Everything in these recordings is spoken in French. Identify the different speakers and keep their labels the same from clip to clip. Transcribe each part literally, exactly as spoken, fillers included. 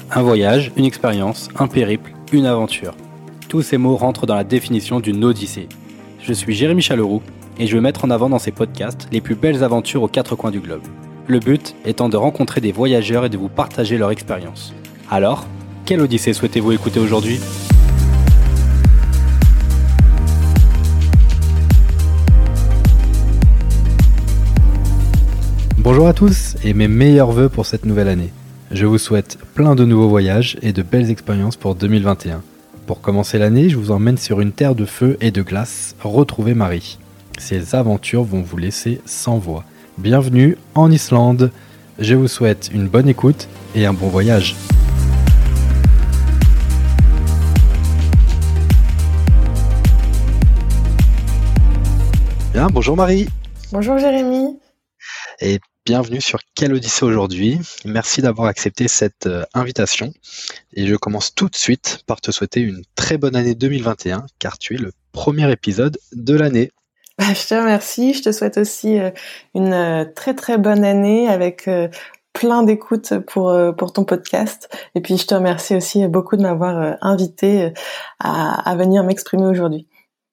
Speaker 1: Un voyage, une expérience, un périple, une aventure. Tous ces mots rentrent dans la définition d'une odyssée. Je suis Jérémy Chaleroux et je vais mettre en avant dans ces podcasts les plus belles aventures aux quatre coins du globe. Le but étant de rencontrer des voyageurs et de vous partager leur expérience. Alors, quelle odyssée souhaitez-vous écouter aujourd'hui ? Bonjour à tous et mes meilleurs vœux pour cette nouvelle année. Je vous souhaite plein de nouveaux voyages et de belles expériences pour deux mille vingt et un. Pour commencer l'année, je vous emmène sur une terre de feu et de glace, retrouver Marie. Ces aventures vont vous laisser sans voix. Bienvenue en Islande. Je vous souhaite une bonne écoute et un bon voyage. Bien, bonjour Marie.
Speaker 2: Bonjour Jérémy.
Speaker 1: Et bienvenue sur Quelle Odyssée aujourd'hui. Merci d'avoir accepté cette euh, invitation. Et je commence tout de suite par te souhaiter une très bonne année deux mille vingt et un, car tu es le premier épisode de l'année.
Speaker 2: Bah, je te remercie. Je te souhaite aussi euh, une euh, très très bonne année avec euh, plein d'écoutes pour euh, pour ton podcast. Et puis je te remercie aussi beaucoup de m'avoir euh, invité euh, à, à venir m'exprimer aujourd'hui.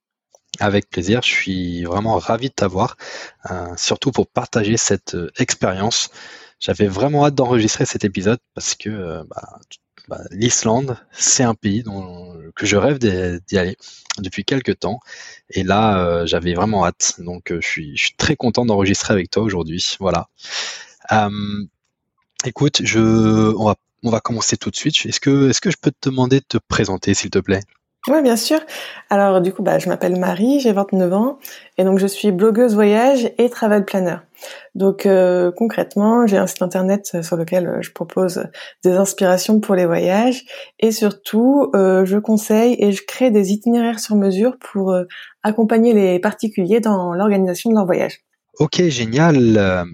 Speaker 1: Avec plaisir, je suis vraiment ravi de t'avoir, euh, surtout pour partager cette euh, expérience. J'avais vraiment hâte d'enregistrer cet épisode parce que euh, bah, bah, l'Islande, c'est un pays dont, que je rêve d'y, d'y aller depuis quelques temps. Et là, euh, j'avais vraiment hâte. Donc, euh, je, suis, je suis très content d'enregistrer avec toi aujourd'hui. Voilà. Euh, écoute, je, on va, on va commencer tout de suite. Est-ce que, est-ce que je peux te demander de te présenter, s'il te plaît ?
Speaker 2: Oui, bien sûr. Alors du coup, bah, je m'appelle Marie, j'ai vingt-neuf ans et donc je suis blogueuse voyage et travel planner. Donc euh, concrètement, j'ai un site internet sur lequel je propose des inspirations pour les voyages et surtout, euh, je conseille et je crée des itinéraires sur mesure pour euh, accompagner les particuliers dans l'organisation de leur voyage.
Speaker 1: Ok, génial.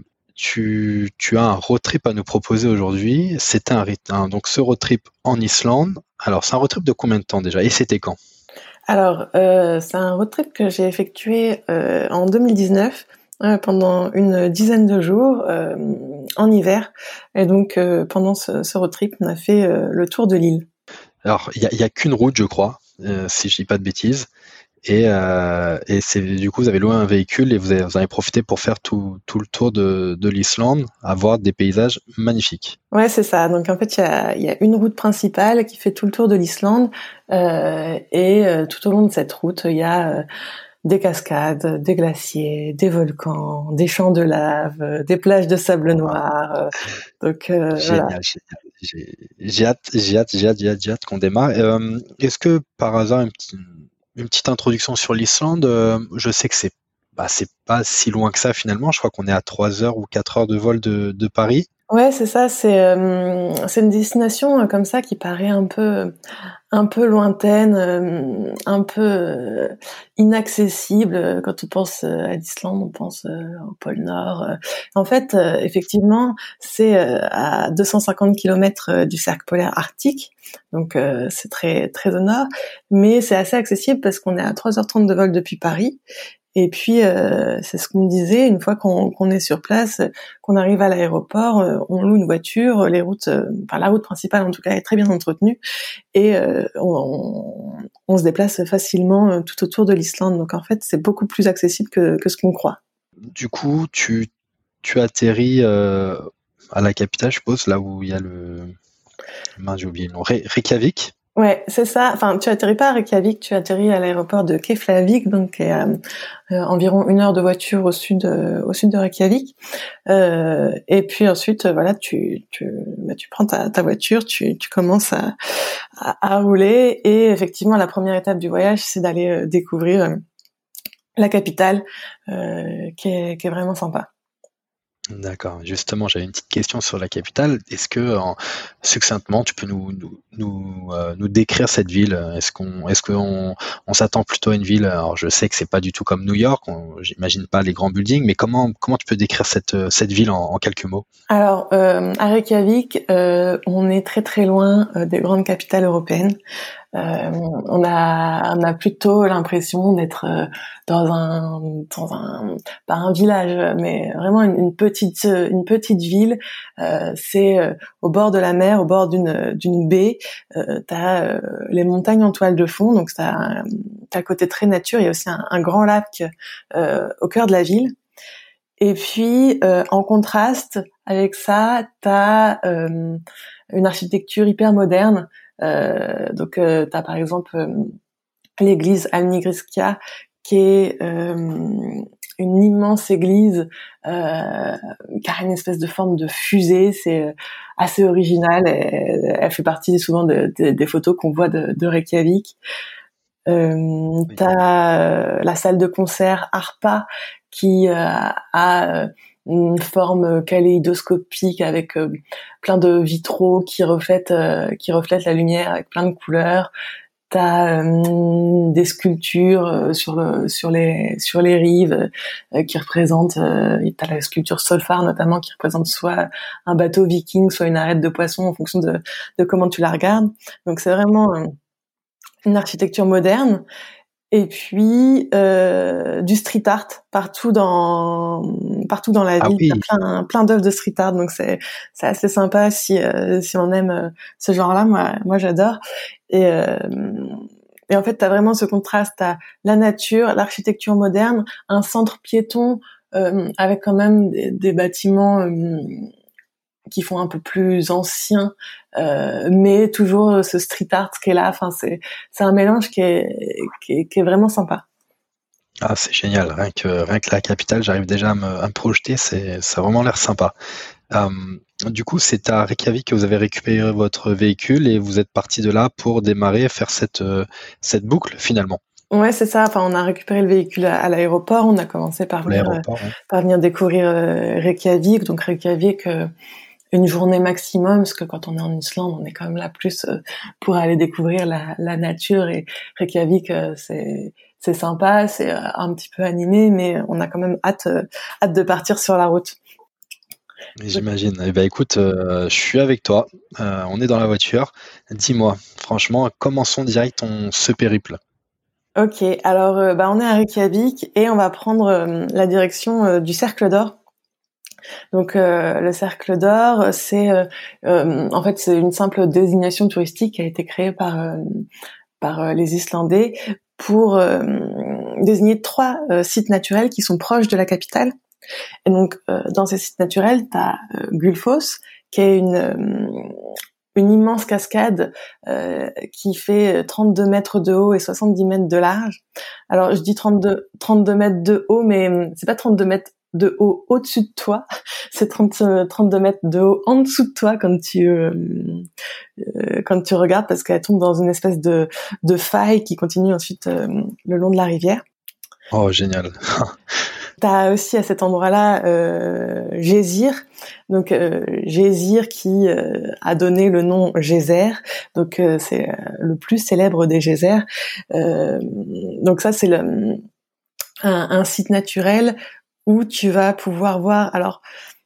Speaker 1: Tu, tu as un road trip à nous proposer aujourd'hui. C'était un, un donc ce road trip en Islande. Alors, c'est un road trip de combien de temps déjà ? Et c'était quand ?
Speaker 2: Alors, euh, c'est un road trip que j'ai effectué euh, en deux mille dix-neuf euh, pendant une dizaine de jours euh, en hiver. Et donc, euh, pendant ce, ce road trip, on a fait euh, le tour de l'île.
Speaker 1: Alors, il y a, y a qu'une route, je crois, euh, si je dis pas de bêtises. Et, euh, et c'est du coup, vous avez loué un véhicule et vous avez, vous avez profité pour faire tout, tout le tour de, de l'Islande, avoir des paysages magnifiques.
Speaker 2: Ouais, c'est ça. Donc en fait, il y a, y a une route principale qui fait tout le tour de l'Islande euh, et euh, tout au long de cette route, il y a euh, des cascades, des glaciers, des volcans, des champs de lave, euh, des plages de sable noir. Euh, donc euh,
Speaker 1: Génial,
Speaker 2: voilà.
Speaker 1: génial. J'ai, j'ai hâte, j'ai hâte, j'ai hâte, j'ai hâte, j'ai hâte qu'on démarre. Euh, est-ce que par hasard une petite, une petite introduction sur l'Islande, euh, je sais que c'est bah, c'est pas si loin que ça finalement. Je crois qu'on est à trois heures ou quatre heures de vol de, de Paris.
Speaker 2: Ouais, c'est ça. C'est euh, c'est une destination euh, comme ça qui paraît un peu un peu lointaine, euh, un peu euh, inaccessible. Quand on pense euh, à l'Islande, on pense euh, au pôle Nord. En fait, euh, effectivement, c'est euh, à deux cent cinquante kilomètres du cercle polaire arctique, donc euh, c'est très très au nord, mais c'est assez accessible parce qu'on est à trois heures trente de vol depuis Paris. Et puis, euh, c'est ce qu'on me disait, une fois qu'on, qu'on est sur place, qu'on arrive à l'aéroport, euh, on loue une voiture, les routes, euh, enfin la route principale en tout cas est très bien entretenue, et euh, on, on se déplace facilement euh, tout autour de l'Islande. Donc en fait, c'est beaucoup plus accessible que, que ce qu'on croit.
Speaker 1: Du coup, tu, tu atterris euh, à la capitale, je suppose, là où il y a le... Mince, j'ai oublié le nom. Re- Reykjavik.
Speaker 2: Ouais, c'est ça. Enfin, tu atterris pas à Reykjavik, tu atterris à l'aéroport de Keflavik, donc qui est à euh, environ une heure de voiture au sud, euh, au sud de Reykjavik. Euh, et puis ensuite, euh, voilà, tu, tu, bah, tu prends ta, ta voiture, tu, tu commences à, à, à rouler. Et effectivement, la première étape du voyage, c'est d'aller euh, découvrir euh, la capitale, euh, qui est, qui est vraiment sympa.
Speaker 1: D'accord. Justement, j'avais une petite question sur la capitale. Est-ce que, en, succinctement, tu peux nous nous nous, euh, nous décrire cette ville? Est-ce qu'on est-ce qu'on on s'attend plutôt à une ville? Alors, je sais que c'est pas du tout comme New York. On, j'imagine pas les grands buildings, mais comment comment tu peux décrire cette cette ville en, en quelques mots?
Speaker 2: Alors, euh, à Reykjavik, euh, on est très très loin euh, des grandes capitales européennes. Euh, on a on a plutôt l'impression d'être euh, dans un dans un pas un village, mais vraiment une, une petite petite une petite ville. Euh, c'est euh, au bord de la mer, au bord d'une d'une baie. Euh, t'as euh, les montagnes en toile de fond, donc t'as un, t'as un côté très nature. Il y a aussi un, un grand lac euh, au cœur de la ville. Et puis euh, en contraste avec ça, t'as euh, une architecture hyper moderne. Euh, donc euh, t'as par exemple euh, l'église Al-Nigriskaya, qui est euh, une immense église euh, qui a une espèce de forme de fusée. C'est assez original. Elle, elle fait partie souvent de, de, des photos qu'on voit de, de Reykjavik. Euh,
Speaker 1: Oui.
Speaker 2: T'as euh, la salle de concert Harpa qui euh, a une forme kaléidoscopique avec euh, plein de vitraux qui reflètent euh, qui reflètent la lumière avec plein de couleurs. T'as euh, des sculptures euh, sur le sur les sur les rives euh, qui représentent. Euh, t'as la sculpture Solfar notamment qui représente soit un bateau viking, soit une arête de poisson en fonction de de comment tu la regardes. Donc c'est vraiment euh, une architecture moderne. Et puis euh, du street art partout dans partout dans la
Speaker 1: Ah
Speaker 2: ville.
Speaker 1: oui.
Speaker 2: T'as plein plein d'œuvres de street art, donc c'est c'est assez sympa si euh, si on aime euh, ce genre-là. Moi moi j'adore. Et euh, et en fait t'as vraiment ce contraste, t'as la nature, l'architecture moderne, un centre piéton euh, avec quand même des, des bâtiments euh, qui font un peu plus anciens, euh, mais toujours ce street art qui est là. Enfin, c'est c'est un mélange qui est qui est, qui est vraiment sympa.
Speaker 1: Ah, c'est génial. Rien que, rien que la capitale, j'arrive déjà à me, à me projeter. C'est, ça a vraiment l'air sympa. Euh, du coup, c'est à Reykjavik que vous avez récupéré votre véhicule et vous êtes parti de là pour démarrer et faire cette, euh, cette boucle finalement.
Speaker 2: Ouais, c'est ça. Enfin, on a récupéré le véhicule à, à l'aéroport. On a commencé par
Speaker 1: Pour
Speaker 2: venir euh,
Speaker 1: l'aéroport, ouais.
Speaker 2: par venir découvrir euh, Reykjavik. Donc Reykjavik, euh, une journée maximum, parce que quand on est en Islande, on est quand même là plus euh, pour aller découvrir la, la nature. Et Reykjavik, euh, c'est c'est sympa, c'est euh, un petit peu animé, mais on a quand même hâte euh, hâte de partir sur la route.
Speaker 1: J'imagine. Eh ben, écoute, euh, je suis avec toi. Euh, on est dans la voiture. Dis-moi, franchement, commençons direct ton, ce périple.
Speaker 2: Ok, alors euh, bah, on est à Reykjavik et on va prendre euh, la direction euh, du Cercle d'Or. Donc euh, le Cercle d'Or, c'est euh, euh, en fait c'est une simple désignation touristique qui a été créée par euh, par euh, les Islandais pour euh, désigner trois euh, sites naturels qui sont proches de la capitale. Et donc euh, dans ces sites naturels, t'as euh, Gullfoss, qui est une euh, une immense cascade euh, qui fait trente-deux mètres de haut et soixante-dix mètres de large. Alors je dis trente-deux, trente-deux mètres de haut, mais c'est pas trente-deux mètres de haut au-dessus de toi, c'est trente, trente-deux mètres de haut en dessous de toi quand tu euh, euh, quand tu regardes, parce qu'elle tombe dans une espèce de de faille qui continue ensuite euh, le long de la rivière.
Speaker 1: Oh, génial.
Speaker 2: T'as aussi à cet endroit-là euh, Gésir, donc euh, Gésir qui euh, a donné le nom Geyser, donc euh, c'est euh, le plus célèbre des geysers. Euh, donc ça c'est le, un, un site naturel où tu vas pouvoir voir. Alors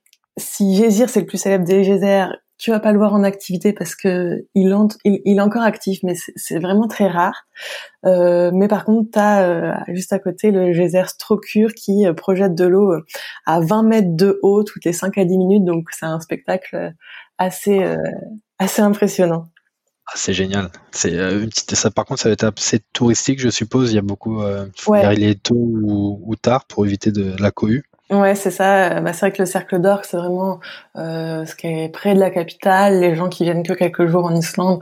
Speaker 2: si Gésir c'est le plus célèbre des geysers, tu vas pas le voir en activité parce que il, ent- il, il est encore actif, mais c'est, c'est vraiment très rare. Euh, mais par contre, t'as euh, juste à côté le geyser Strókur qui euh, projette de l'eau euh, à vingt mètres de haut toutes les cinq à dix minutes, donc c'est un spectacle assez euh, assez impressionnant.
Speaker 1: Ah, c'est génial. C'est euh, une petite, ça, par contre, ça va être assez touristique, je suppose. Il y a beaucoup, euh, faut y
Speaker 2: Ouais,
Speaker 1: aller tôt ou, ou tard pour éviter de, la cohue.
Speaker 2: ouais, c'est ça. Bah, c'est vrai que le Cercle d'Or, c'est vraiment euh, ce qui est près de la capitale. Les gens qui viennent que quelques jours en Islande,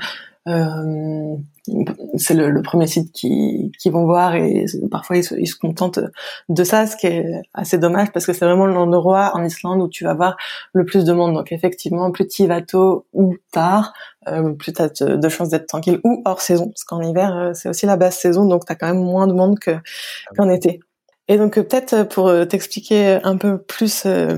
Speaker 2: euh, c'est le, le premier site qui qui vont voir, et parfois ils se, ils se contentent de ça, ce qui est assez dommage parce que c'est vraiment l'endroit en Islande où tu vas voir le plus de monde. Donc effectivement, plus tu y vas tôt ou tard, euh, plus t'as de, de chances d'être tranquille, ou hors saison, parce qu'en hiver euh, c'est aussi la basse saison, donc t'as quand même moins de monde que qu'en été. Et donc euh, peut-être pour euh, t'expliquer un peu plus euh,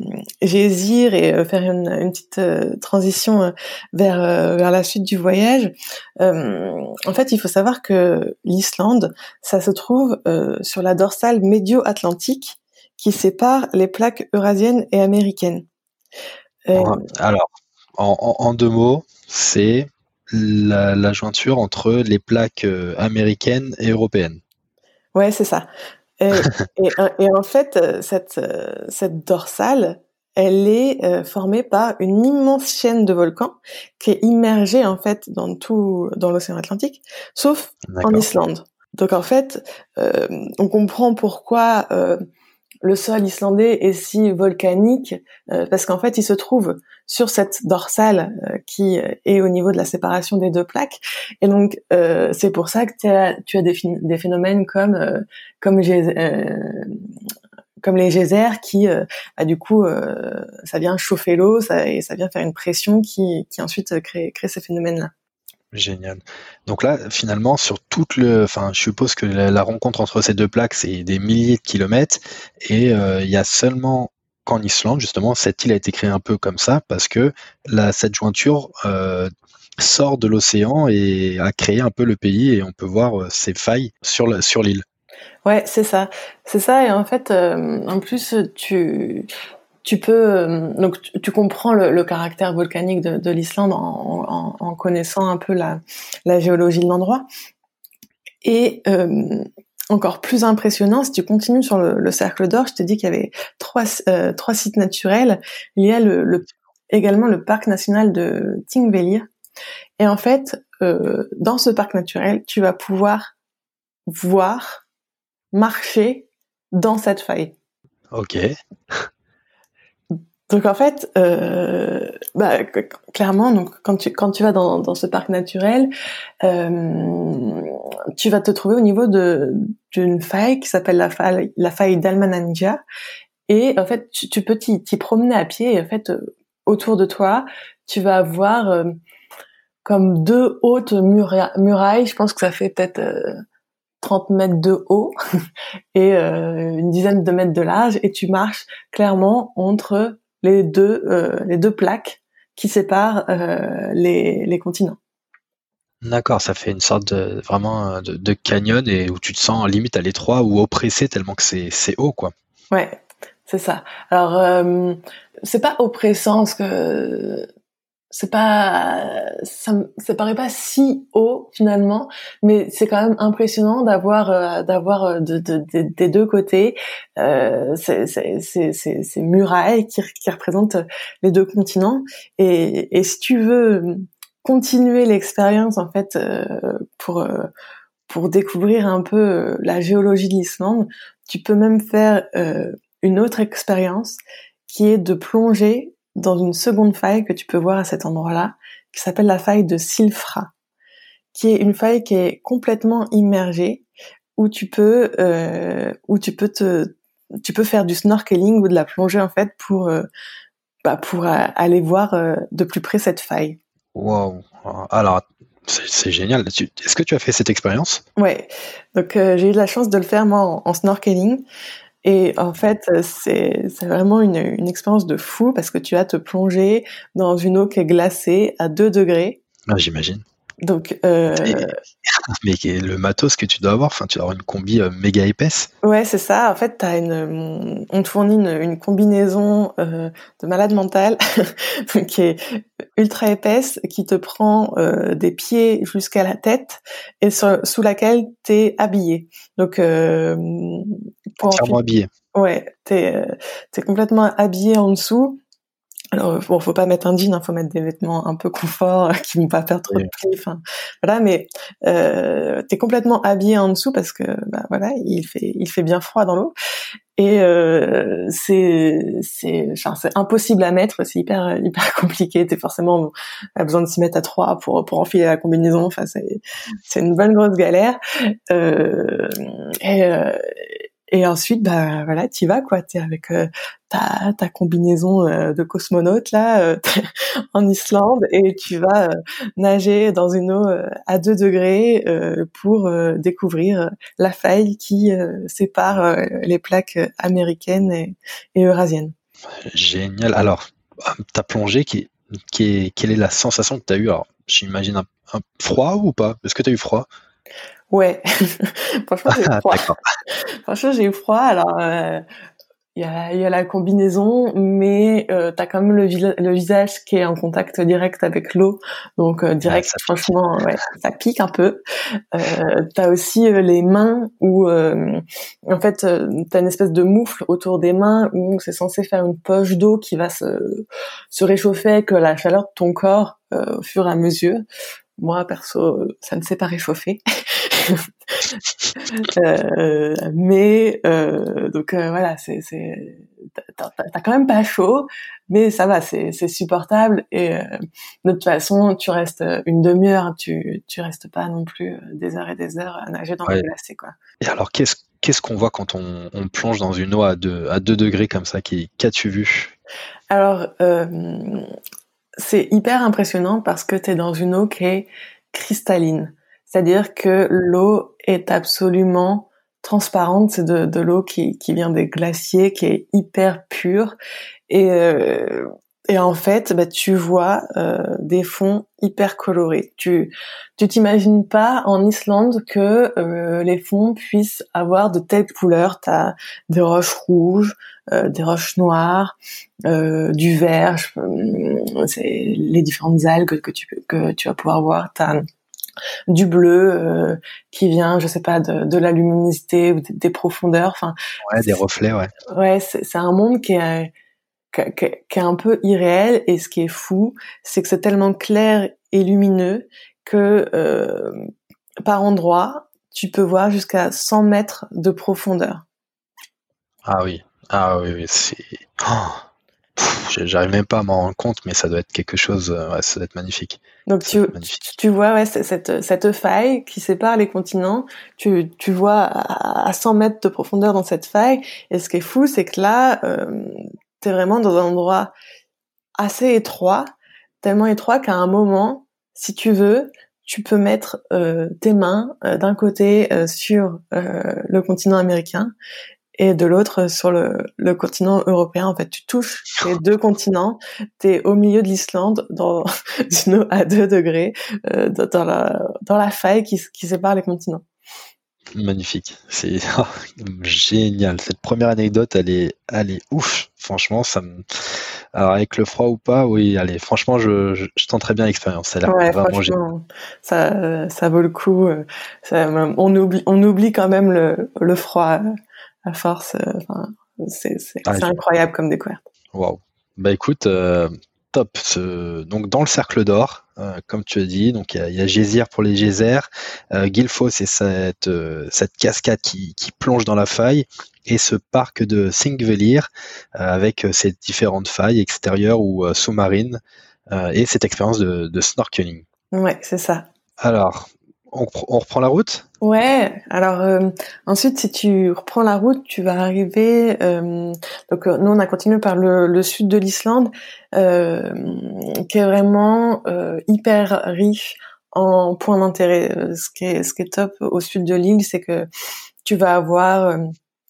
Speaker 2: Gésir et euh, faire une, une petite euh, transition euh, vers euh, vers la suite du voyage. Euh, en fait, il faut savoir que l'Islande, ça se trouve euh, sur la dorsale médio-atlantique qui sépare les plaques eurasiennes et américaines. Euh,
Speaker 1: Alors, en, en- en deux mots, c'est la, la jointure entre les plaques euh, américaines et européennes.
Speaker 2: ouais, c'est ça. Et, et, et en fait, euh, cette, euh, cette dorsale, elle est euh, formée par une immense chaîne de volcans qui est immergée en fait dans tout dans l'océan Atlantique, sauf en
Speaker 1: D'accord.
Speaker 2: Islande. Donc en fait, euh, on comprend pourquoi euh, le sol islandais est si volcanique, euh, parce qu'en fait, il se trouve sur cette dorsale euh, qui est au niveau de la séparation des deux plaques. Et donc, euh, c'est pour ça que t'as, tu as des, des phénomènes comme euh, comme, euh, comme les geysers qui, euh, bah, du coup, euh, ça vient chauffer l'eau ça, et ça vient faire une pression qui, qui ensuite crée, crée ces phénomènes-là.
Speaker 1: Génial. Donc là, finalement, sur toute le, enfin, je suppose que la, la rencontre entre ces deux plaques, c'est des milliers de kilomètres, et euh, il y a seulement qu'en Islande, justement, cette île a été créée un peu comme ça, parce que la, cette jointure euh, sort de l'océan et a créé un peu le pays, et on peut voir euh, ces failles sur la, sur l'île.
Speaker 2: Ouais, c'est ça, c'est ça. Et en fait, euh, en plus, tu Tu peux euh, donc tu, tu comprends le, le caractère volcanique de, de l'Islande en, en, en connaissant un peu la, la géologie de l'endroit. Et euh, encore plus impressionnant, si tu continues sur le, le cercle d'or, je t'ai dit qu'il y avait trois euh, trois sites naturels. Il y a le, le également le parc national de Thingvellir. Et en fait, euh, dans ce parc naturel, tu vas pouvoir voir, marcher dans cette faille.
Speaker 1: Ok.
Speaker 2: Donc en fait, euh, bah, clairement, donc quand tu quand tu vas dans dans ce parc naturel, euh, tu vas te trouver au niveau de d'une faille qui s'appelle la faille la faille d'Almananja, et en fait tu, tu peux t'y, t'y promener à pied, et en fait euh, autour de toi tu vas avoir euh, comme deux hautes mura- murailles. Je pense que ça fait peut-être euh, trente mètres de haut et euh, une dizaine de mètres de large, et tu marches clairement entre les deux euh, les deux plaques qui séparent euh, les les continents.
Speaker 1: D'accord, ça fait une sorte de vraiment de, de canyon, et où tu te sens limite à l'étroit ou oppressé tellement que c'est c'est haut, quoi.
Speaker 2: Ouais, c'est ça. Alors euh, c'est pas oppressant parce que c'est pas ça me- ça paraît pas si haut finalement, mais c'est quand même impressionnant d'avoir euh, d'avoir euh, de, de, de- des deux côtés euh, ces, ces, ces, ces, ces murailles qui, qui représentent les deux continents. Et, et si tu veux continuer l'expérience en fait euh, pour euh, pour découvrir un peu euh, la géologie de l'Islande, tu peux même faire euh, une autre expérience qui est de plonger dans une seconde faille que tu peux voir à cet endroit-là, qui s'appelle la faille de Silfra, qui est une faille qui est complètement immergée, où tu peux, euh, où tu peux te, tu peux faire du snorkeling ou de la plongée en fait pour, euh, bah, pour euh, aller voir euh, de plus près cette faille.
Speaker 1: Wow. Alors, c'est c'est génial. Tu- Est-ce que tu as fait cette expérience?
Speaker 2: Ouais, donc euh, j'ai eu la chance de le faire moi en, en snorkeling. Et en fait, c'est c'est vraiment une, une expérience de fou parce que tu vas te plonger dans une eau qui est glacée à deux degrés.
Speaker 1: Ah, j'imagine.
Speaker 2: Donc, euh,
Speaker 1: Et- mais le matos que tu dois avoir, enfin, tu dois avoir une combi euh, méga épaisse.
Speaker 2: ouais, c'est ça. En fait, t'as une, on te fournit une, une combinaison euh, de malade mental qui est ultra épaisse, qui te prend euh, des pieds jusqu'à la tête et sur- sous laquelle t'es habillé. Donc, euh, pour
Speaker 1: Entièrement
Speaker 2: ensuite,
Speaker 1: habillé.
Speaker 2: ouais, t'es euh, t'es complètement habillé en dessous. Alors bon, faut pas mettre un jean, hein, faut mettre des vêtements un peu confort euh, qui vont pas faire trop de
Speaker 1: Oui.
Speaker 2: plis. Enfin, voilà, mais euh, t'es complètement habillé en dessous parce que bah voilà, il fait il fait bien froid dans l'eau, et euh, c'est c'est enfin c'est impossible à mettre, c'est hyper hyper compliqué. T'es forcément t'as besoin de s'y mettre à trois pour pour enfiler la combinaison. Enfin c'est c'est une bonne grosse galère. Euh, et euh, et ensuite, bah voilà, t'y vas quoi. T'es avec euh, ta ta combinaison euh, de cosmonaute là euh, en Islande, et tu vas euh, nager dans une eau euh, à deux degrés euh, pour euh, découvrir la faille qui euh, sépare euh, les plaques américaines et, et eurasiennes.
Speaker 1: Génial. Alors, ta plongée, qui, qui est, quelle est la sensation que tu as eue? Alors, j'imagine un, un froid ou pas? Est-ce que tu as eu froid?
Speaker 2: Ouais, franchement j'ai eu
Speaker 1: Ah,
Speaker 2: froid.
Speaker 1: d'accord.
Speaker 2: Franchement j'ai eu froid. Alors euh, il y a, il y a la combinaison, mais euh, t'as quand même le, vi- le visage qui est en contact direct avec l'eau, donc euh, direct,
Speaker 1: Ouais,
Speaker 2: franchement, ouais, ça pique un peu. Euh, t'as aussi euh, les mains où, euh, en fait, euh, t'as une espèce de moufle autour des mains où c'est censé faire une poche d'eau qui va se, se réchauffer avec la chaleur de ton corps euh, au fur et à mesure. Moi, perso, ça ne s'est pas réchauffé. euh, mais euh, donc euh, voilà, c'est c'est t'as, t'as, t'as quand même pas chaud, mais ça va, c'est c'est supportable et euh, de toute façon, tu restes une demi-heure, tu tu restes pas non plus des heures et des heures à nager dans l'eau
Speaker 1: ouais.
Speaker 2: glacée, quoi.
Speaker 1: Et alors, qu'est-ce qu'est-ce qu'on voit quand on, on plonge dans une eau à deux, à deux degrés comme ça? Qui, qu'as-tu vu?
Speaker 2: Alors euh, c'est hyper impressionnant parce que t'es dans une eau qui est cristalline. C'est-à-dire que l'eau est absolument transparente. C'est de, de l'eau qui, qui vient des glaciers, qui est hyper pure. Et, euh, et en fait, bah, tu vois euh, des fonds hyper colorés. Tu tu t'imagines pas en Islande que euh, les fonds puissent avoir de telles couleurs. T'as des roches rouges, euh, des roches noires, euh, du vert. Je, euh, c'est les différentes algues que tu que tu vas pouvoir voir. T'as du bleu euh, qui vient, je sais pas, de, de la luminosité ou des, des profondeurs. Enfin,
Speaker 1: Ouais, des reflets, ouais.
Speaker 2: ouais, c'est, c'est un monde qui est qui, qui, qui est un peu irréel, et ce qui est fou, c'est que c'est tellement clair et lumineux que euh, par endroit, tu peux voir jusqu'à cent mètres de profondeur.
Speaker 1: Ah oui, ah oui, oui, c'est. Oh, pff, j'arrive même pas à m'en rendre compte, mais ça doit être quelque chose. euh, Ouais, ça doit être magnifique.
Speaker 2: Donc
Speaker 1: Ça doit
Speaker 2: tu,
Speaker 1: être magnifique.
Speaker 2: tu, tu vois ouais, cette, cette faille qui sépare les continents, tu, tu vois à, à cent mètres de profondeur dans cette faille, et ce qui est fou, c'est que là, euh, t'es vraiment dans un endroit assez étroit, tellement étroit qu'à un moment, si tu veux, tu peux mettre euh, tes mains euh, d'un côté euh, sur euh, le continent américain et de l'autre sur le, le continent européen. En fait, tu touches les deux continents, t'es au milieu de l'Islande, dans une eau à deux degrés, euh, dans, dans la dans la faille qui, qui sépare les continents.
Speaker 1: Magnifique. C'est oh, génial. Cette première anecdote, elle est, elle est ouf. Franchement, ça me. Alors avec le froid ou pas, oui, allez. Franchement, je, je, je tenterais bien l'expérience. Ça a l'air
Speaker 2: Ouais,
Speaker 1: vraiment génial.
Speaker 2: franchement, ça, ça vaut le coup. euh, Ça, on oublie, on oublie quand même le, le froid euh, à force. euh, Enfin, c'est, c'est,
Speaker 1: Ah,
Speaker 2: c'est incroyable comme découverte.
Speaker 1: waouh. Bah écoute, euh, top. Ce- Donc dans le cercle d'or, euh, comme tu as dit, donc il y a, il y a Gézir pour les geysers, euh, Guilfos c'est cette euh, cette cascade qui, qui plonge dans la faille, et ce parc de Thingvellir euh, avec ses différentes failles extérieures ou euh, sous-marines, euh, et cette expérience de, de snorkeling.
Speaker 2: Ouais, c'est ça.
Speaker 1: Alors, on, pr- on reprend la route?
Speaker 2: Ouais. Alors euh, ensuite, si tu reprends la route, tu vas arriver. Euh, donc euh, nous, on a continué par le, le sud de l'Islande, euh, qui est vraiment euh, hyper riche en points d'intérêt. Euh, Ce qui est, ce qui est top au sud de l'île, c'est que tu vas avoir euh,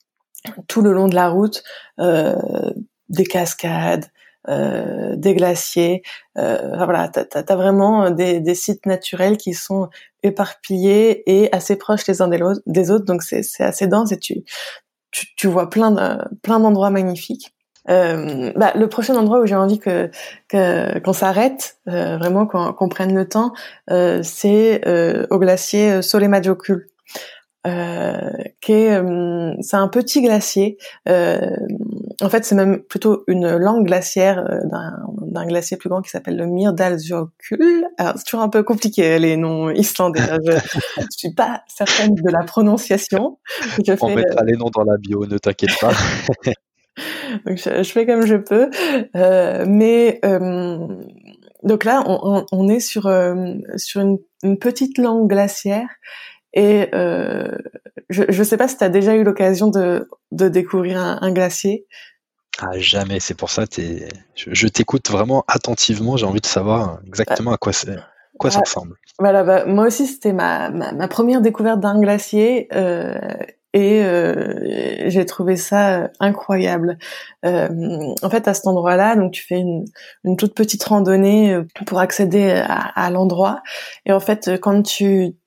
Speaker 2: tout le long de la route euh, des cascades, euh, des glaciers. Euh, enfin, voilà, t'as, t'as, t'as vraiment des, des sites naturels qui sont éparpillés et assez proches les uns des, lo- des autres, donc c'est, c'est assez dense et tu, tu, tu vois plein, de, plein d'endroits magnifiques. Euh, bah, le prochain endroit où j'ai envie que, que qu'on s'arrête, euh, vraiment qu'on, qu'on prenne le temps, euh, c'est euh, au glacier Solemajokul. Euh, qui est, euh, c'est un petit glacier. Euh, en fait, c'est même plutôt une langue glaciaire euh, d'un, d'un glacier plus grand qui s'appelle le Mýrdalsjökull. Alors, c'est toujours un peu compliqué les noms islandais. Je, je suis pas certaine de la prononciation. Je
Speaker 1: On
Speaker 2: fais,
Speaker 1: mettra les noms dans la bio, ne t'inquiète pas.
Speaker 2: donc je, je fais comme je peux. Euh, mais euh, donc là, on, on, on est sur euh, sur une, une petite langue glaciaire. Et euh, je je sais pas si tu as déjà eu l'occasion de de découvrir un, un glacier.
Speaker 1: Ah, jamais, c'est pour ça, t'es... Je, je t'écoute vraiment attentivement, j'ai envie de savoir
Speaker 2: Bah,
Speaker 1: exactement à quoi, c'est, quoi ça
Speaker 2: bah,
Speaker 1: ressemble.
Speaker 2: voilà, bah, moi aussi c'était ma, ma ma première découverte d'un glacier euh, et euh, j'ai trouvé ça incroyable. Euh, en fait, à cet endroit-là, donc tu fais une une toute petite randonnée pour accéder à, à l'endroit, et en fait quand tu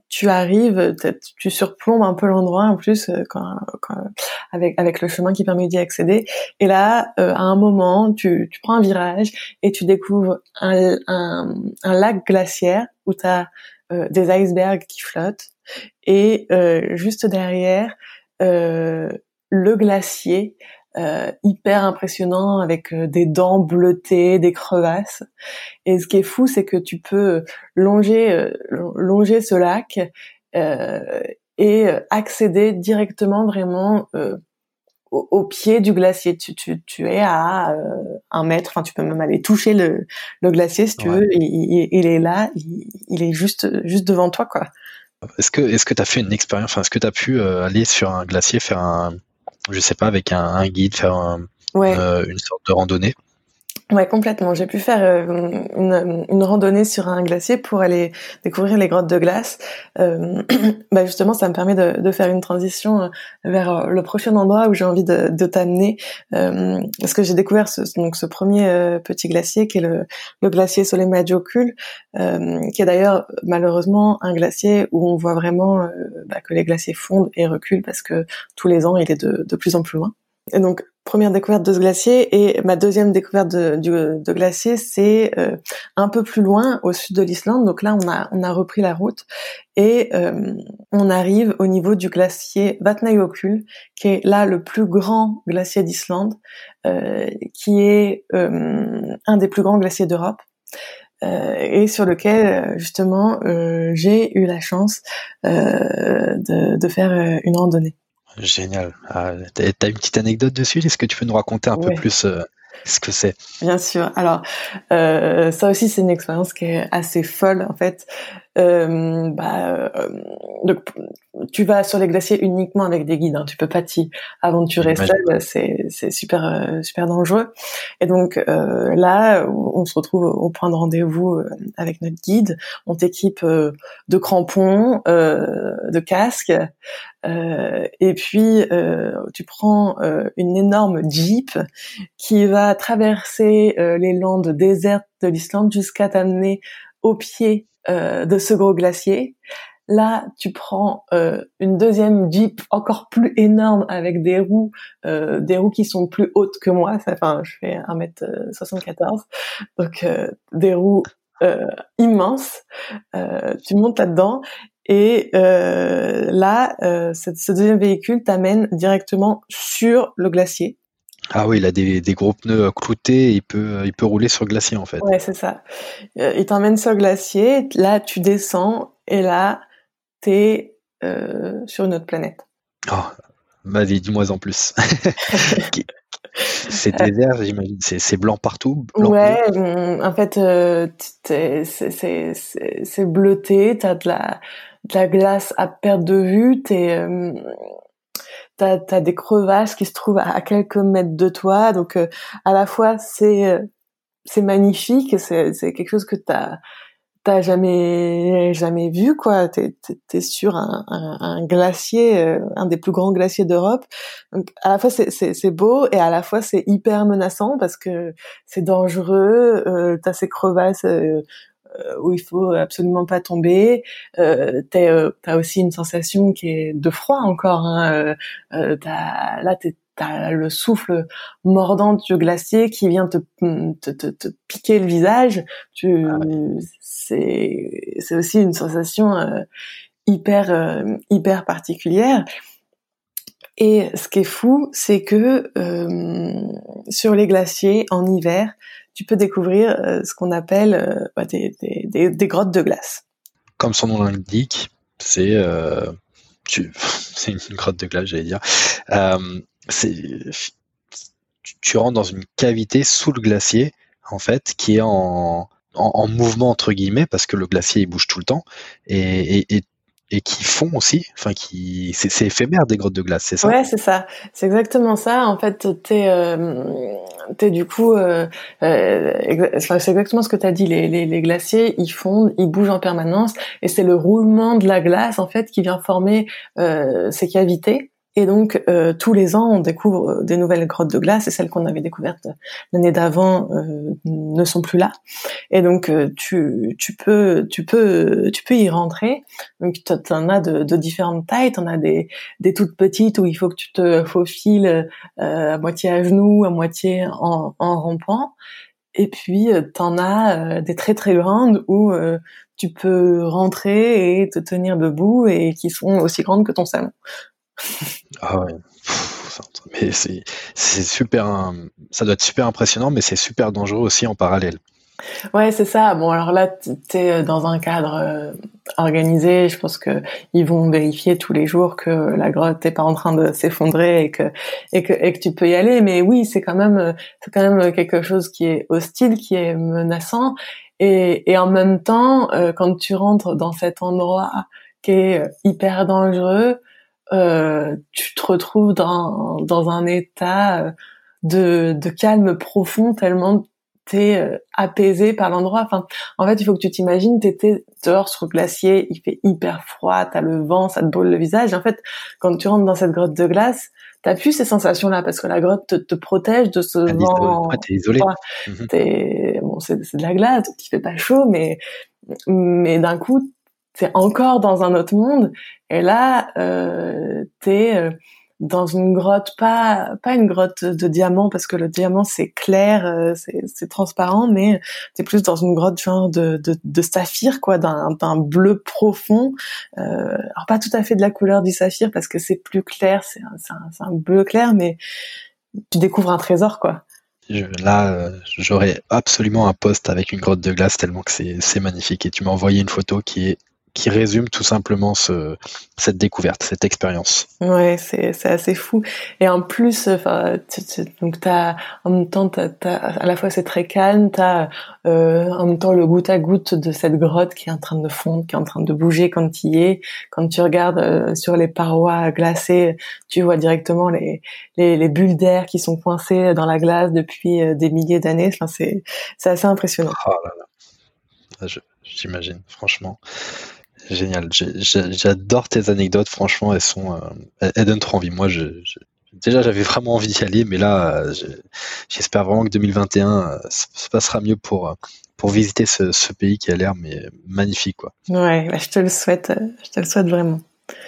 Speaker 2: tu arrives, tu surplombes un peu l'endroit en plus quand, quand, avec avec le chemin qui permet d'y accéder. Et là, euh, à un moment, tu, tu prends un virage et tu découvres un, un, un lac glaciaire où tu as euh, des icebergs qui flottent et euh, juste derrière euh, le glacier. Euh, hyper impressionnant avec euh, des dents bleutées, des crevasses. Et ce qui est fou, c'est que tu peux longer euh, longer ce lac euh, et accéder directement vraiment euh, au, au pied du glacier. Tu, tu, tu es à euh, un mètre. Enfin, tu peux même aller toucher le, le glacier si tu
Speaker 1: Ouais.
Speaker 2: veux. Il, il, il est là, il, il est juste juste devant toi, quoi.
Speaker 1: Est-ce que est-ce que tu as fait une expérience, enfin, est-ce que tu as pu euh, aller sur un glacier, faire un, je sais pas, avec un, un guide, faire un,
Speaker 2: Ouais.
Speaker 1: une, une sorte de randonnée?
Speaker 2: Ouais, complètement. J'ai pu faire euh, une, une randonnée sur un glacier pour aller découvrir les grottes de glace. Euh, bah justement, ça me permet de, de faire une transition vers le prochain endroit où j'ai envie de, de t'amener, euh, parce que j'ai découvert ce, donc ce premier euh, petit glacier qui est le, le glacier Sollemajokull, euh, qui est d'ailleurs malheureusement un glacier où on voit vraiment euh, bah, que les glaciers fondent et reculent parce que tous les ans il est de, de plus en plus loin. Et donc, première découverte de ce glacier, et ma deuxième découverte de, du, de glacier, c'est euh, un peu plus loin, au sud de l'Islande. Donc là, on a, on a repris la route, et euh, on arrive au niveau du glacier Vatnajökull, qui est là le plus grand glacier d'Islande, euh, qui est euh, un des plus grands glaciers d'Europe. Euh, et sur lequel justement euh, j'ai eu la chance euh, de, de faire une randonnée.
Speaker 1: Génial. Ah, t'as, t'as une petite anecdote dessus? Est-ce que tu peux nous raconter un
Speaker 2: Ouais.
Speaker 1: peu plus euh, ce que c'est?
Speaker 2: Bien sûr. Alors, euh, ça aussi, c'est une expérience qui est assez folle, en fait. Euh, bah, euh, donc, tu vas sur les glaciers uniquement avec des guides. Hein. Tu peux pas t'y aventurer seul. C'est, c'est super, euh, super dangereux. Et donc euh, là, on se retrouve au point de rendez-vous avec notre guide. On t'équipe euh, de crampons, euh, de casques. Euh, et puis euh, tu prends euh, une énorme jeep qui va traverser euh, les landes désertes de l'Islande jusqu'à t'amener au pied euh, de ce gros glacier. Là, tu prends euh, une deuxième jeep encore plus énorme avec des roues, euh, des roues qui sont plus hautes que moi. Ça, enfin, je fais un mètre soixante-quatorze, donc euh, des roues euh, immenses. Euh, tu montes là-dedans. Et euh, là, euh, ce, ce deuxième véhicule t'amène directement sur le glacier.
Speaker 1: Ah oui, il a des, des gros pneus cloutés, il peut, il peut rouler sur le glacier en fait.
Speaker 2: Ouais, c'est ça. Euh, il t'emmène sur le glacier, là tu descends, et là t'es euh, sur une autre planète.
Speaker 1: Oh, vas-y, dis-moi en plus. C'est désert, j'imagine. C'est, c'est blanc partout, blanc.
Speaker 2: Ouais, bleu. En fait, euh, c'est, c'est, c'est, c'est bleuté, t'as de la, de la glace à perte de vue, t'es... Euh, T'as, t'as des crevasses qui se trouvent à quelques mètres de toi, donc euh, à la fois c'est c'est magnifique, c'est c'est quelque chose que t'as t'as jamais jamais vu, quoi. T'es t'es, t'es sur un, un, un glacier, euh, un des plus grands glaciers d'Europe. Donc à la fois c'est c'est c'est beau et à la fois c'est hyper menaçant parce que c'est dangereux. Euh, t'as ces crevasses. Euh, où il faut absolument pas tomber. Euh, t'es, euh, t'as aussi une sensation qui est de froid encore. Hein. Euh, t'as, là, t'es, t'as le souffle mordant du glacier qui vient te, te, te, te piquer le visage. Tu, ah ouais. c'est, c'est aussi une sensation euh, hyper, euh, hyper particulière. Et ce qui est fou, c'est que euh, sur les glaciers en hiver, tu peux découvrir euh, ce qu'on appelle euh, bah, des, des, des, des grottes de glace.
Speaker 1: Comme son nom l'indique, c'est euh, tu, c'est une grotte de glace, j'allais dire. Euh, c'est, tu, tu rentres dans une cavité sous le glacier, en fait, qui est en, en, en mouvement entre guillemets, parce que le glacier il bouge tout le temps, et, et, et et qui fond aussi, enfin qui, c'est, c'est éphémère des grottes de glace, c'est ça?
Speaker 2: Ouais, c'est ça, c'est exactement ça. En fait, t'es, euh, t'es du coup, euh, euh, exa- c'est exactement ce que t'as dit. Les, les, les glaciers, ils fondent, ils bougent en permanence, et c'est le roulement de la glace en fait qui vient former euh, ces cavités. Et donc, euh, tous les ans, on découvre des nouvelles grottes de glace, et celles qu'on avait découvertes l'année d'avant euh, ne sont plus là. Et donc, euh, tu, tu peux, tu peux, tu peux y rentrer. Donc, t'en as de, de différentes tailles. T'en as des, des toutes petites où il faut que tu te faufiles euh, à moitié à genoux, à moitié en, en rampant. Et puis, euh, t'en as euh, des très très grandes où euh, tu peux rentrer et te tenir debout et qui sont aussi grandes que ton salon.
Speaker 1: Ah ouais. Pff, mais c'est c'est super, ça doit être super impressionnant, mais c'est super dangereux aussi en parallèle.
Speaker 2: Ouais, c'est ça. Bon, alors là, t'es dans un cadre euh, organisé. Je pense que ils vont vérifier tous les jours que la grotte n'est pas en train de s'effondrer et que et que et que tu peux y aller. Mais oui, c'est quand même c'est quand même quelque chose qui est hostile, qui est menaçant. Et et en même temps, euh, quand tu rentres dans cet endroit qui est hyper dangereux, euh, tu te retrouves dans dans un état de de calme profond, tellement t'es euh, apaisé par l'endroit. Enfin, en fait, il faut que tu t'imagines, t'étais dehors sur le glacier, il fait hyper froid, t'as le vent, ça te brûle le visage. Et en fait, quand tu rentres dans cette grotte de glace, t'as plus ces sensations-là parce que la grotte te, te protège de ce
Speaker 1: Ah,
Speaker 2: vent
Speaker 1: ouais, t'es isolé.
Speaker 2: froid.
Speaker 1: Mhm.
Speaker 2: T'es, bon, c'est, c'est de la glace, donc il fait pas chaud, mais mais d'un coup, t'es encore dans un autre monde. Et là, euh, t'es euh, dans une grotte, pas pas une grotte de diamants parce que le diamant c'est clair, euh, c'est c'est transparent, mais t'es plus dans une grotte genre de de, de saphir, quoi, d'un d'un bleu profond. Euh, alors pas tout à fait de la couleur du saphir parce que c'est plus clair, c'est un, c'est un, c'est un bleu clair, mais tu découvres un trésor, quoi.
Speaker 1: Je, là, euh, j'aurais absolument un post avec une grotte de glace tellement que c'est c'est magnifique. Et tu m'as envoyé une photo qui est qui résume tout simplement ce, cette découverte, cette expérience.
Speaker 2: Ouais, c'est c'est assez fou. Et en plus, enfin, tu, tu, donc t'as en même temps, t'as, t'as, à la fois c'est très calme, t'as euh, en même temps le goutte à goutte de cette grotte qui est en train de fondre, qui est en train de bouger quand tu y es. Quand tu regardes euh, sur les parois glacées, tu vois directement les les, les bulles d'air qui sont coincées dans la glace depuis euh, des milliers d'années. Enfin, c'est c'est assez impressionnant.
Speaker 1: Oh là là, je, j'imagine, franchement. Génial. J'ai- j'ai- J'adore tes anecdotes, franchement, elles sont, euh, elles, elles donnent trop envie. Moi, je, je- déjà, j'avais vraiment envie d'y aller, mais là, euh, je- j'espère vraiment que deux mille vingt et un euh, se se passera mieux pour, euh, pour visiter ce, ce pays qui a l'air mais magnifique, quoi.
Speaker 2: Ouais, bah, je te le souhaite, euh, je te le souhaite vraiment.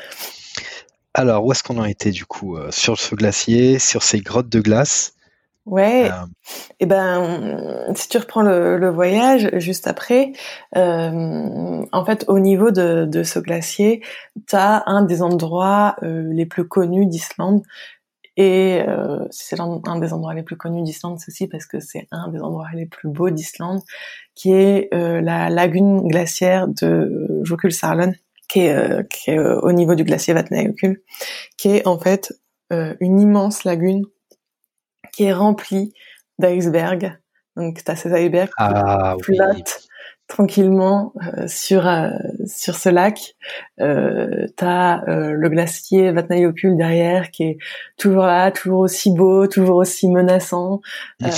Speaker 1: Alors, où est-ce qu'on en était du coup? Euh, sur ce glacier, sur ces grottes de glace?
Speaker 2: Ouais.
Speaker 1: Euh,
Speaker 2: Et ben, si tu reprends le, le voyage juste après, euh, en fait, au niveau de, de ce glacier, t'as un des endroits euh, les plus connus d'Islande. Et euh, c'est l'un un des endroits les plus connus d'Islande, c'est aussi parce que c'est un des endroits les plus beaux d'Islande, qui est euh, la lagune glaciaire de Jökulsárlón, qui est, euh, qui est euh, au niveau du glacier Vatnajökull, qui est en fait euh, une immense lagune qui est remplie d'icebergs. Donc t'as ces icebergs qui
Speaker 1: ah oui.
Speaker 2: flottent tranquillement euh, sur euh, sur ce lac. Euh, t'as euh, le glacier Vatnajökull derrière qui est toujours là, toujours aussi beau, toujours aussi menaçant, euh,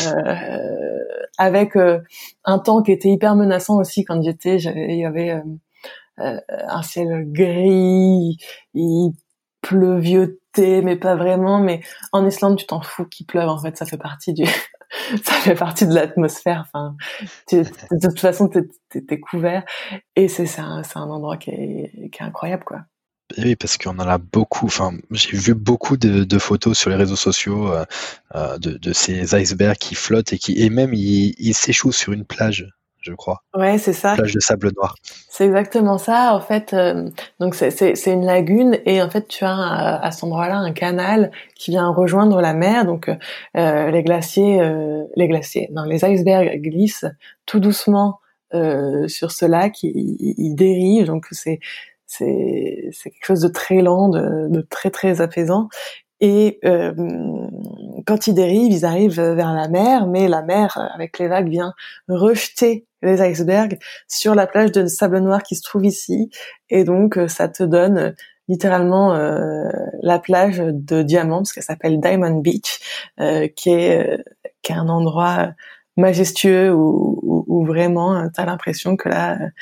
Speaker 2: avec euh, un temps qui était hyper menaçant aussi quand j'étais. J'avais, il y avait euh, euh, un ciel gris, il pleuviotait, mais pas vraiment. Mais en Islande, tu t'en fous qu'il pleuve. En fait, ça fait partie du, ça fait partie de l'atmosphère. Enfin, tu, de toute façon, t'es, t'es, t'es couvert. Et c'est, c'est un, c'est un endroit qui est, qui est incroyable, quoi.
Speaker 1: Et oui, parce qu'on en a beaucoup. Enfin, j'ai vu beaucoup de, de photos sur les réseaux sociaux euh, euh, de, de ces icebergs qui flottent et qui, et même ils, ils s'échouent sur une plage, je crois,
Speaker 2: Ouais, c'est
Speaker 1: une
Speaker 2: ça.
Speaker 1: plage de sable noir.
Speaker 2: C'est exactement ça. En fait, euh, donc c'est, c'est, c'est une lagune et en fait, tu as à, à cet endroit-là un canal qui vient rejoindre la mer. Donc, euh, les glaciers, euh, les glaciers, non, les icebergs glissent tout doucement euh, sur ce lac. Ils, ils, ils dérivent. Donc, c'est c'est c'est quelque chose de très lent, de, de très très apaisant. Et euh, quand ils dérivent, ils arrivent vers la mer, mais la mer, avec les vagues, vient rejeter les icebergs sur la plage de sable noir qui se trouve ici. Et donc, ça te donne littéralement euh, la plage de diamants, parce qu'elle s'appelle Diamond Beach, euh, qui est, euh, qui est un endroit majestueux où, où, où vraiment, t'as l'impression que là,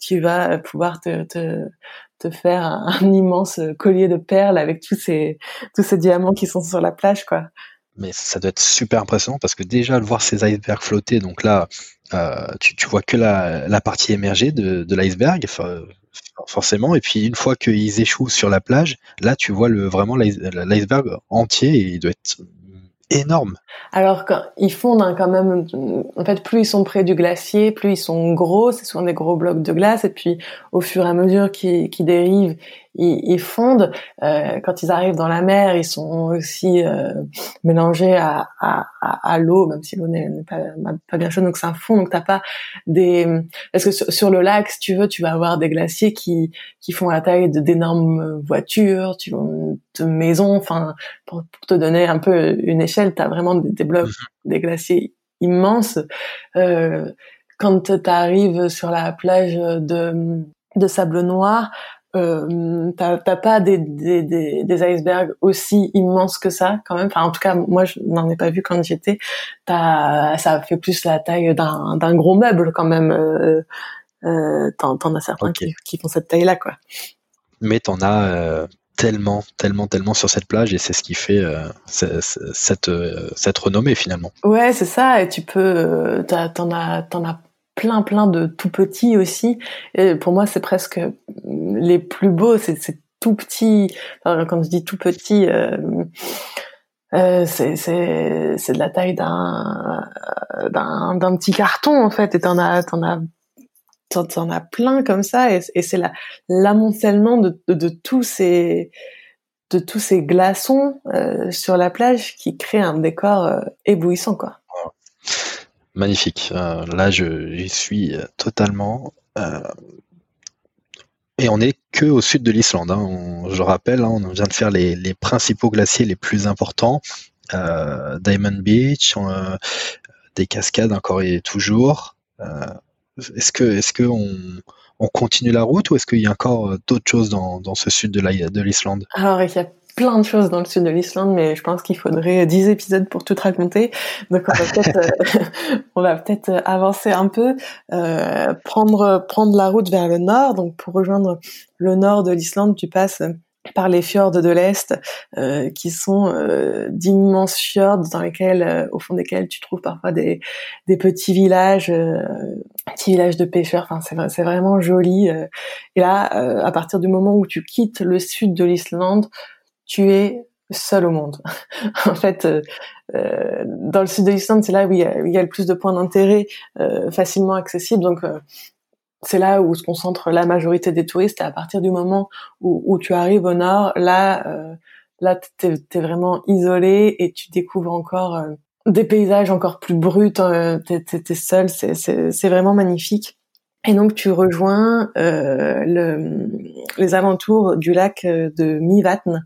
Speaker 2: tu vas pouvoir te, te, te faire un, un immense collier de perles avec tous ces, tous ces diamants qui sont sur la plage, quoi.
Speaker 1: Mais ça doit être super impressionnant parce que déjà de voir ces icebergs flotter, donc là, euh, tu, tu vois que la, la partie émergée de, de l'iceberg, forcément, et puis une fois qu'ils échouent sur la plage, là tu vois le, vraiment l'iceberg entier et il doit être énorme.
Speaker 2: Alors quand ils fondent hein, quand même, en fait plus ils sont près du glacier, plus ils sont gros, c'est souvent des gros blocs de glace et puis au fur et à mesure qu'ils, qu'ils dérivent, ils, ils fondent. Euh, quand ils arrivent dans la mer, ils sont aussi euh, mélangés à, à, à, à l'eau, même si l'eau n'est, n'est pas, pas bien chaude, donc ça fond. Donc t'as pas des, parce que sur, sur le lac, si tu veux, tu vas avoir des glaciers qui qui font la taille de d'énormes voitures, tu de maisons, enfin pour, pour te donner un peu une échelle, t'as vraiment des, des blocs, mmh. des glaciers immenses. Euh, quand t'arrives sur la plage de, de sable noir, euh, t'as, t'as pas des, des, des, des icebergs aussi immenses que ça, quand même. Enfin, en tout cas, moi, je n'en ai pas vu quand j'y étais. T'as, ça fait plus la taille d'un, d'un gros meuble, quand même. Euh, euh, t'en, t'en as certains okay. qui, qui font cette taille-là, quoi.
Speaker 1: Mais t'en as euh, tellement, tellement, tellement sur cette plage et c'est ce qui fait euh, c'est, c'est, cette, euh, cette renommée finalement.
Speaker 2: Ouais, c'est ça. Et tu peux, euh, t'as, t'en as, t'en as plein, plein de tout petits aussi. Et pour moi, c'est presque les plus beaux. C'est, c'est tout petit. Enfin, quand je dis tout petit, euh, euh, c'est, c'est, c'est de la taille d'un, d'un, d'un petit carton en fait. Et t'en as, t'en as T'en, t'en as plein comme ça et, et c'est la, l'amoncellement de, de, de tous ces de tous ces glaçons euh, sur la plage qui crée un décor euh, éblouissant, quoi.
Speaker 1: Magnifique. Euh, là, je j'y suis totalement. Euh, et on n'est que au sud de l'Islande. Hein. On, je rappelle, hein, on vient de faire les, les principaux glaciers les plus importants. Euh, Diamond Beach, euh, des cascades encore et toujours. Euh, Est-ce que, est-ce que on, on continue la route ou est-ce qu'il y a encore d'autres choses dans, dans ce sud de, la, de l'Islande?
Speaker 2: Alors, il y a plein de choses dans le sud de l'Islande, mais je pense qu'il faudrait dix épisodes pour tout raconter. Donc, on va peut-être, on va peut-être avancer un peu, euh, prendre, prendre la route vers le nord. Donc, pour rejoindre le nord de l'Islande, tu passes par les fjords de l'Est, euh, qui sont euh, d'immenses fjords dans lesquels, euh, au fond desquels tu trouves parfois des, des petits villages, euh, petits villages de pêcheurs. Enfin, c'est, c'est vraiment joli. Euh. Et là, euh, à partir du moment où tu quittes le sud de l'Islande, tu es seul au monde. En fait, euh, euh, dans le sud de l'Islande, c'est là où il y a, où il y a le plus de points d'intérêt euh, facilement accessibles. Donc, euh, c'est là où se concentre la majorité des touristes. Et à partir du moment où, où tu arrives au nord, là, euh, là, t'es, t'es vraiment isolé et tu découvres encore euh, des paysages encore plus bruts. Euh, t'es, t'es, t'es seul, c'est, c'est, c'est vraiment magnifique. Et donc tu rejoins euh, le, les alentours du lac de Mývatn,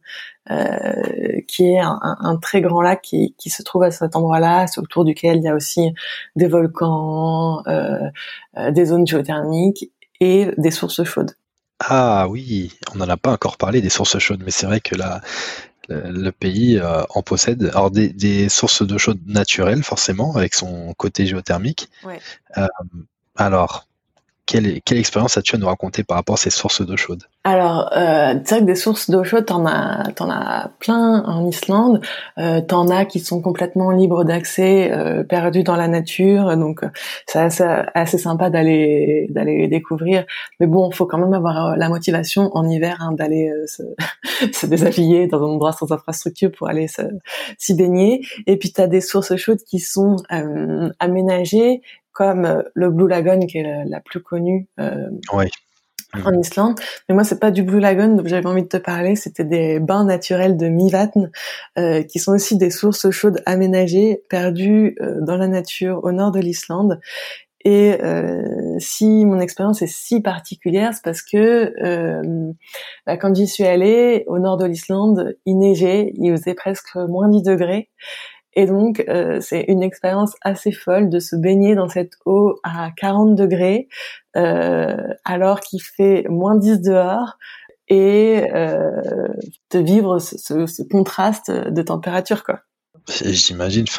Speaker 2: euh, qui est un, un très grand lac qui, qui se trouve à cet endroit-là, autour duquel il y a aussi des volcans, euh, euh, des zones géothermiques et des sources chaudes.
Speaker 1: Ah oui, on n'en a pas encore parlé des sources chaudes, mais c'est vrai que là, le, le pays euh, en possède. Alors des, des sources d'eau chaude naturelles, forcément, avec son côté géothermique.
Speaker 2: Ouais.
Speaker 1: Euh, alors, Quelle, quelle expérience as-tu à nous raconter par rapport à ces sources d'eau chaude?
Speaker 2: Alors, euh, c'est vrai que des sources d'eau chaude, t'en as, t'en as plein en Islande. Euh, t'en as qui sont complètement libres d'accès, euh, perdus dans la nature. Donc, c'est assez, assez sympa d'aller, d'aller les découvrir. Mais bon, faut quand même avoir la motivation en hiver hein, d'aller euh, se, se déshabiller dans un endroit sans infrastructure pour aller se, s'y baigner. Et puis, t'as des sources chaudes qui sont euh, aménagées, comme le Blue Lagoon qui est la, la plus connue euh,
Speaker 1: ouais.
Speaker 2: en Islande. Mais moi, c'est pas du Blue Lagoon dont j'avais envie de te parler, c'était des bains naturels de Mývatn, euh, qui sont aussi des sources chaudes aménagées, perdues euh, dans la nature au nord de l'Islande. Et euh, si mon expérience est si particulière, c'est parce que euh, bah, quand j'y suis allée, au nord de l'Islande, il neigeait, il faisait presque moins dix degrés. Et donc, euh, c'est une expérience assez folle de se baigner dans cette eau à quarante degrés, euh, alors qu'il fait moins dix dehors, et euh, de vivre ce, ce, ce contraste de température, quoi.
Speaker 1: J'imagine, enfin,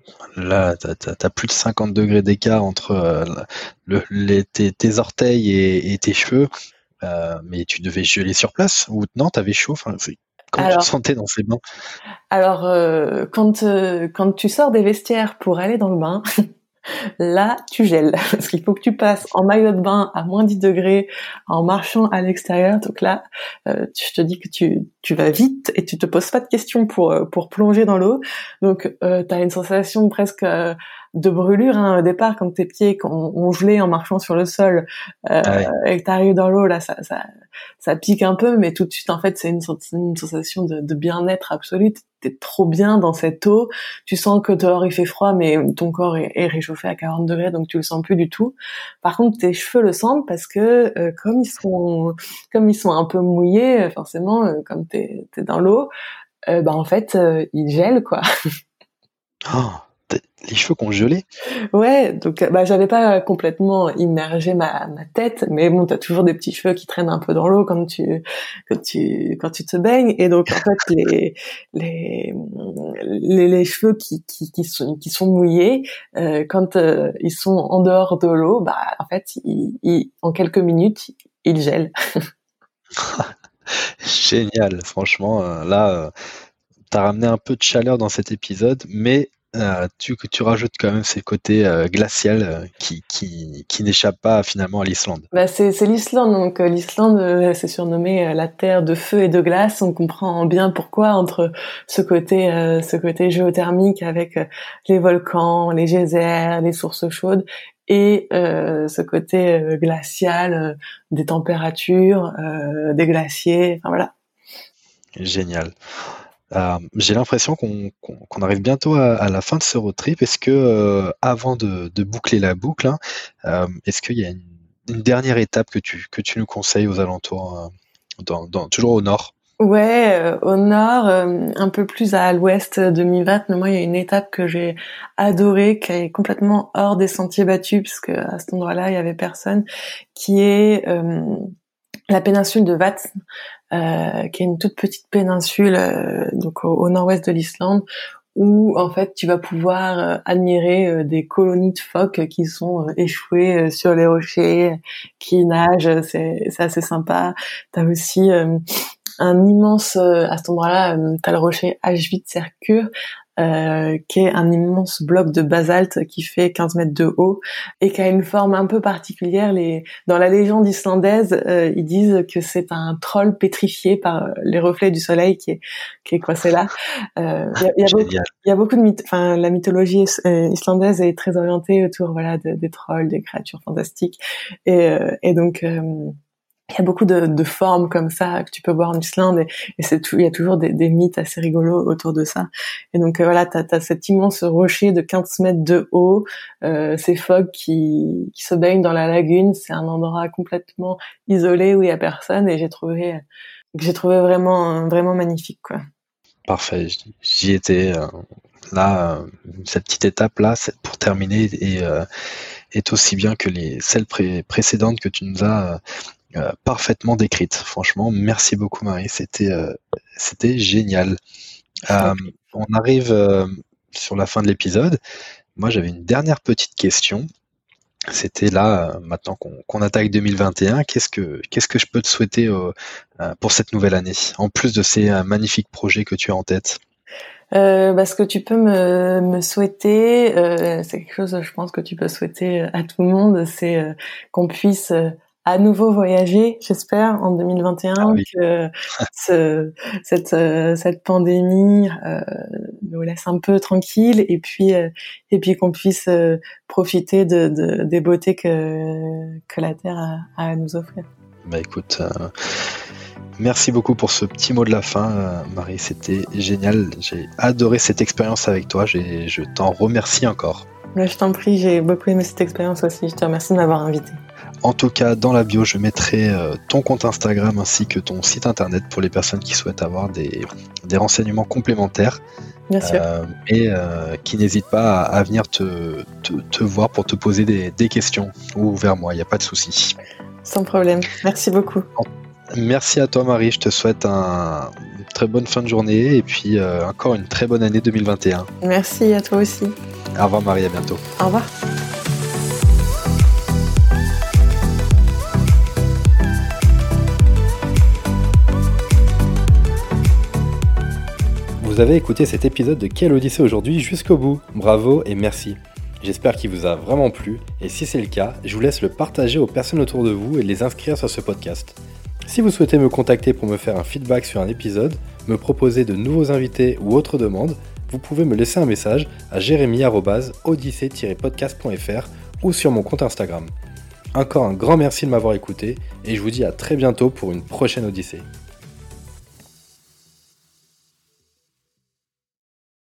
Speaker 1: Là, t'as, t'as, t'as plus de cinquante degrés d'écart entre euh, le, les, tes, tes orteils et, et tes cheveux. Euh, mais tu devais geler sur place ou non, t'avais chaud. Enfin, c'est- comment tu te
Speaker 2: Alors,
Speaker 1: sentais dans ces bains?
Speaker 2: alors euh, quand euh, quand tu sors des vestiaires pour aller dans le bain, là, tu gèles. Parce qu'il faut que tu passes en maillot de bain à moins dix degrés en marchant à l'extérieur. Donc là, euh, je te dis que tu, tu vas vite et tu te poses pas de questions pour, euh, pour plonger dans l'eau. Donc, euh, tu as une sensation presque euh, de brûlure hein, au départ quand tes pieds ont, ont gelé en marchant sur le sol euh,
Speaker 1: Ah ouais.
Speaker 2: et que tu arrives dans l'eau. Là, ça, ça, ça pique un peu, mais tout de suite, en fait, c'est une, une sensation de, de bien-être absolu. T'es trop bien dans cette eau. Tu sens que dehors il fait froid, mais ton corps est, est réchauffé à quarante degrés, donc tu le sens plus du tout. Par contre, tes cheveux le sentent parce que euh, comme ils sont, comme ils sont un peu mouillés, forcément, euh, comme t'es, t'es dans l'eau, euh, bah en fait, euh, ils gèlent quoi.
Speaker 1: Oh, t'as les cheveux qu'on gelé.
Speaker 2: Ouais, donc euh, bah j'avais pas complètement immergé ma ma tête, mais bon, t'as toujours des petits cheveux qui traînent un peu dans l'eau quand tu quand tu quand tu te baignes, et donc en fait les les les, les cheveux qui qui qui sont qui sont mouillés euh, quand euh, ils sont en dehors de l'eau, bah en fait ils, ils- en quelques minutes ils gèlent.
Speaker 1: Génial, franchement, euh, là, euh, t'as ramené un peu de chaleur dans cet épisode, mais euh, tu, tu rajoutes quand même ces côtés euh, glacial euh, qui, qui, qui n'échappent pas finalement à l'Islande.
Speaker 2: Bah c'est c'est l'Islande, donc euh, l'Islande euh, c'est surnommé euh, la terre de feu et de glace. On comprend bien pourquoi entre ce côté euh, ce côté géothermique avec euh, les volcans, les geysers, les sources chaudes, et euh, ce côté euh, glacial euh, des températures, euh, des glaciers. Enfin voilà.
Speaker 1: Génial. Euh, j'ai l'impression qu'on qu'on- qu'on arrive bientôt à, à la fin de ce road trip. Est-ce que, euh, avant de, de boucler la boucle, hein, euh, est-ce qu'il y a une, une dernière étape que tu, que tu nous conseilles aux alentours, euh, dans, dans- toujours au nord?
Speaker 2: Ouais, euh, au nord, euh, un peu plus à l'ouest de Mivat, mais moi il y a une étape que j'ai adorée, qui est complètement hors des sentiers battus, parce que à cet endroit-là il y avait personne, qui est euh, la péninsule de Vat, euh, qui est une toute petite péninsule euh, donc au, au nord-ouest de l'Islande, où en fait tu vas pouvoir euh, admirer euh, des colonies de phoques qui sont euh, échouées euh, sur les rochers, qui nagent. C'est c'est assez sympa. T'as aussi euh, un immense euh, à cet endroit-là, euh, t'as le rocher H huit Sercure, euh, qui est un immense bloc de basalte qui fait quinze mètres de haut et qui a une forme un peu particulière. Les dans la légende islandaise, euh, ils disent que c'est un troll pétrifié par euh, les reflets du soleil qui est qui est coincé là. Euh, Il y, a, y a beaucoup
Speaker 1: Génial.
Speaker 2: il y a beaucoup de mythes. Enfin, la mythologie euh, islandaise est très orientée autour voilà de, des trolls, des créatures fantastiques, et, euh, et donc euh, il y a beaucoup de, de formes comme ça que tu peux voir en Islande, et, et c'est tout, il y a toujours des, des mythes assez rigolos autour de ça. Et donc euh, voilà, t'as, t'as cet immense rocher de quinze mètres de haut, euh, ces phoques qui, qui se baignent dans la lagune. C'est un endroit complètement isolé où il y a personne, et j'ai trouvé, j'ai trouvé vraiment, vraiment magnifique quoi.
Speaker 1: Parfait, j- j'y étais. euh, Là, euh, cette petite étape-là, c'est pour terminer, est, euh, est aussi bien que les celles pré- précédentes que tu nous as euh, euh, parfaitement décrites. Franchement, merci beaucoup, Marie. C'était euh, c'était génial.
Speaker 2: Je t'en
Speaker 1: Euh,
Speaker 2: prie.
Speaker 1: on arrive euh, sur la fin de l'épisode. Moi, j'avais une dernière petite question. C'était là, euh, maintenant qu'on qu'on attaque deux mille vingt et un, qu'est-ce que qu'est-ce que je peux te souhaiter euh, euh, pour cette nouvelle année, en plus de ces euh, magnifiques projets que tu as en tête?
Speaker 2: Euh, bah, ce que tu peux me, me souhaiter, euh, c'est quelque chose, je pense, que tu peux souhaiter à tout le monde, c'est euh, qu'on puisse euh, à nouveau voyager, j'espère, en deux mille vingt et
Speaker 1: Ah
Speaker 2: un,
Speaker 1: oui,
Speaker 2: que ce, cette, euh, cette pandémie euh, nous laisse un peu tranquille, et puis, euh, et puis qu'on puisse euh, profiter de, de, des beautés que, que la Terre a, a à nous offrir.
Speaker 1: bah écoute, euh, merci beaucoup pour ce petit mot de la fin, euh, Marie. C'était génial. J'ai adoré cette expérience avec toi. J'ai- Je t'en remercie encore.
Speaker 2: Mais je t'en prie, j'ai beaucoup aimé cette expérience aussi. Je te remercie de m'avoir invité.
Speaker 1: En tout cas, dans la bio, je mettrai euh, ton compte Instagram ainsi que ton site internet pour les personnes qui souhaitent avoir des, des renseignements complémentaires,
Speaker 2: Bien sûr,
Speaker 1: euh, et euh, qui n'hésitent pas à, à venir te, te, te voir pour te poser des, des questions ou vers moi. Il n'y a pas de souci.
Speaker 2: sans problème. Merci beaucoup.
Speaker 1: Merci à toi, Marie. Je te souhaite un- une très bonne fin de journée et puis euh, encore une très bonne année deux mille vingt et un.
Speaker 2: Merci à toi aussi.
Speaker 1: Au revoir Marie, à bientôt.
Speaker 2: Au revoir.
Speaker 3: Vous avez écouté cet épisode de Quelle Odyssée aujourd'hui jusqu'au bout. Bravo et merci. J'espère qu'il vous a vraiment plu et si c'est le cas, je vous laisse le partager aux personnes autour de vous et les inscrire sur ce podcast. Si vous souhaitez me contacter pour me faire un feedback sur un épisode, me proposer de nouveaux invités ou autres demandes, vous pouvez me laisser un message à jérémy arobase odyssée tiret podcast point f r ou sur mon compte Instagram. Encore un grand merci de m'avoir écouté et je vous dis à très bientôt pour une prochaine Odyssée.